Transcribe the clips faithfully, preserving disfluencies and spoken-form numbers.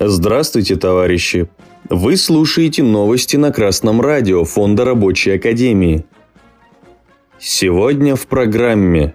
Здравствуйте, товарищи! Вы слушаете новости на Красном радио Фонда Рабочей Академии. Сегодня в программе.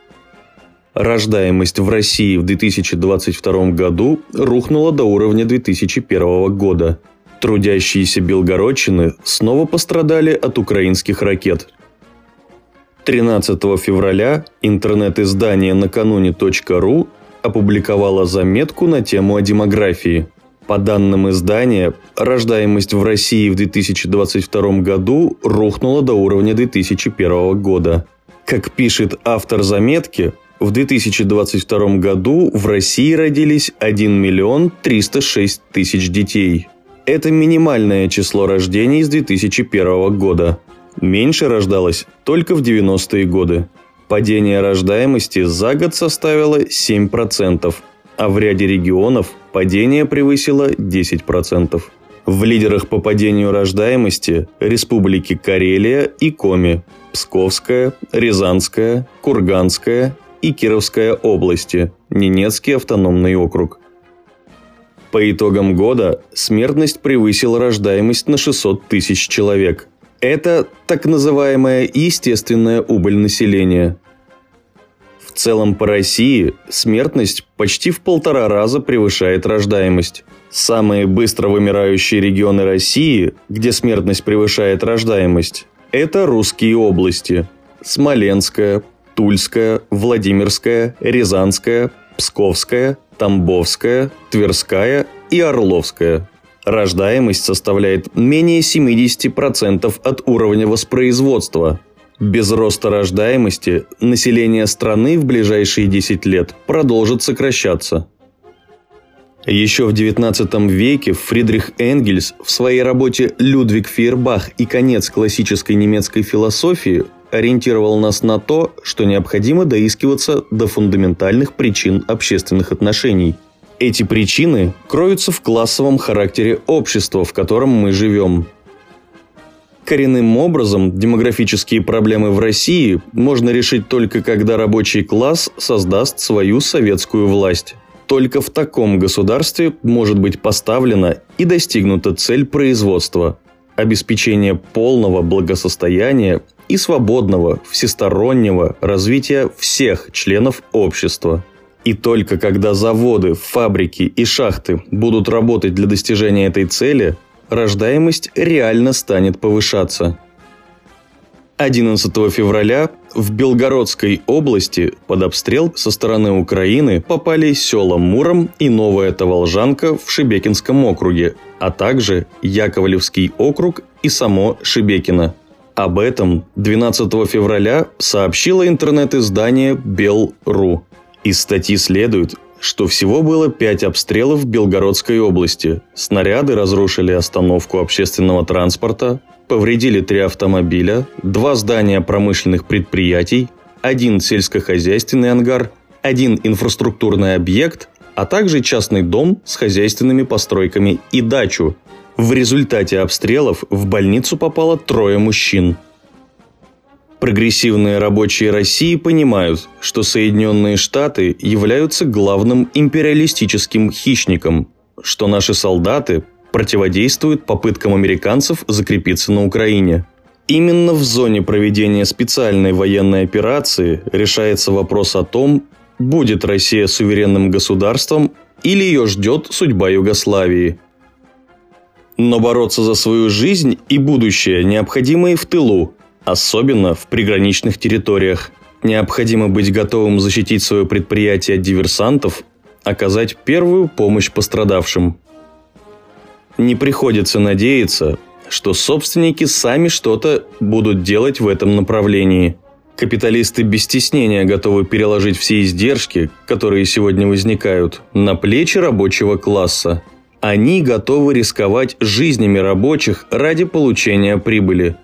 Рождаемость в России в две тысячи двадцать втором году рухнула до уровня две тысячи первого года. Трудящиеся белгородчины снова пострадали от украинских ракет. тринадцатого февраля интернет-издание накануне точка ру опубликовала заметку на тему о демографии. По данным издания, рождаемость в России в две тысячи двадцать втором году рухнула до уровня две тысячи первого года. Как пишет автор заметки, в две тысячи двадцать втором году в России родились один миллион триста шесть тысяч детей. Это минимальное число рождений с две тысячи первого года. Меньше рождалось только в девяностые годы. Падение рождаемости за год составило семь процентов, а в ряде регионов падение превысило десять процентов. В лидерах по падению рождаемости республики Карелия и Коми, Псковская, Рязанская, Курганская и Кировская области, Ненецкий автономный округ. По итогам года смертность превысила рождаемость на шестьсот тысяч человек. Это так называемая естественная убыль населения. В целом по России смертность почти в полтора раза превышает рождаемость. Самые быстро вымирающие регионы России, где смертность превышает рождаемость, это русские области: Смоленская, Тульская, Владимирская, Рязанская, Псковская, Тамбовская, Тверская и Орловская. Рождаемость составляет менее семьдесят процентов от уровня воспроизводства. Без роста рождаемости население страны в ближайшие десять лет продолжит сокращаться. Еще в девятнадцатом веке Фридрих Энгельс в своей работе «Людвиг Фейербах и конец классической немецкой философии» ориентировал нас на то, что необходимо доискиваться до фундаментальных причин общественных отношений. Эти причины кроются в классовом характере общества, в котором мы живем. Коренным образом демографические проблемы в России можно решить только когда рабочий класс создаст свою советскую власть. Только в таком государстве может быть поставлена и достигнута цель производства – обеспечение полного благосостояния и свободного, всестороннего развития всех членов общества. И только когда заводы, фабрики и шахты будут работать для достижения этой цели, рождаемость реально станет повышаться. одиннадцатого февраля в Белгородской области под обстрел со стороны Украины попали села Муром и Новая Таволжанка в Шебекинском округе, а также Яковлевский округ и само Шебекино. Об этом двенадцатого февраля сообщило интернет-издание Бел точка ру. Из статьи следует, что всего было пять обстрелов в Белгородской области. Снаряды разрушили остановку общественного транспорта, повредили три автомобиля, два здания промышленных предприятий, один сельскохозяйственный ангар, один инфраструктурный объект, а также частный дом с хозяйственными постройками и дачу. В результате обстрелов в больницу попало трое мужчин. Прогрессивные рабочие России понимают, что Соединенные Штаты являются главным империалистическим хищником, что наши солдаты противодействуют попыткам американцев закрепиться на Украине. Именно в зоне проведения специальной военной операции решается вопрос о том, будет Россия суверенным государством или ее ждет судьба Югославии. Но бороться за свою жизнь и будущее необходимо и в тылу, особенно в приграничных территориях. Необходимо быть готовым защитить свое предприятие от диверсантов, оказать первую помощь пострадавшим. Не приходится надеяться, что собственники сами что-то будут делать в этом направлении. Капиталисты без стеснения готовы переложить все издержки, которые сегодня возникают, на плечи рабочего класса. Они готовы рисковать жизнями рабочих ради получения прибыли.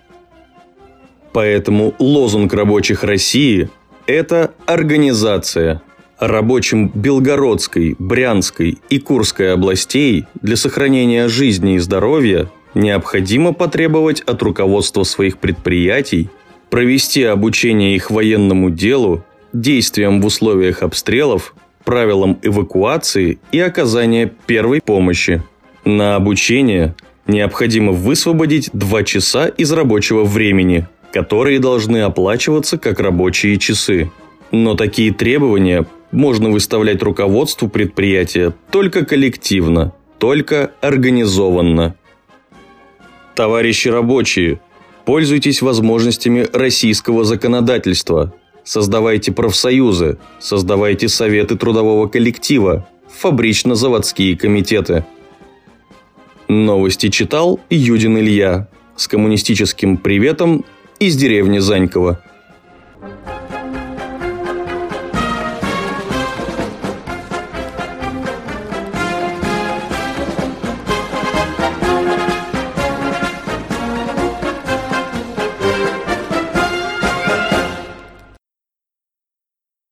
Поэтому лозунг рабочих России – это организация. Рабочим Белгородской, Брянской и Курской областей для сохранения жизни и здоровья необходимо потребовать от руководства своих предприятий провести обучение их военному делу, действиям в условиях обстрелов, правилам эвакуации и оказания первой помощи. На обучение необходимо высвободить два часа из рабочего времени, которые должны оплачиваться как рабочие часы. Но такие требования можно выставлять руководству предприятия только коллективно, только организованно. Товарищи рабочие, пользуйтесь возможностями российского законодательства. Создавайте профсоюзы, создавайте советы трудового коллектива, фабрично-заводские комитеты. Новости читал Юдин Илья с коммунистическим приветом из деревни Заньково.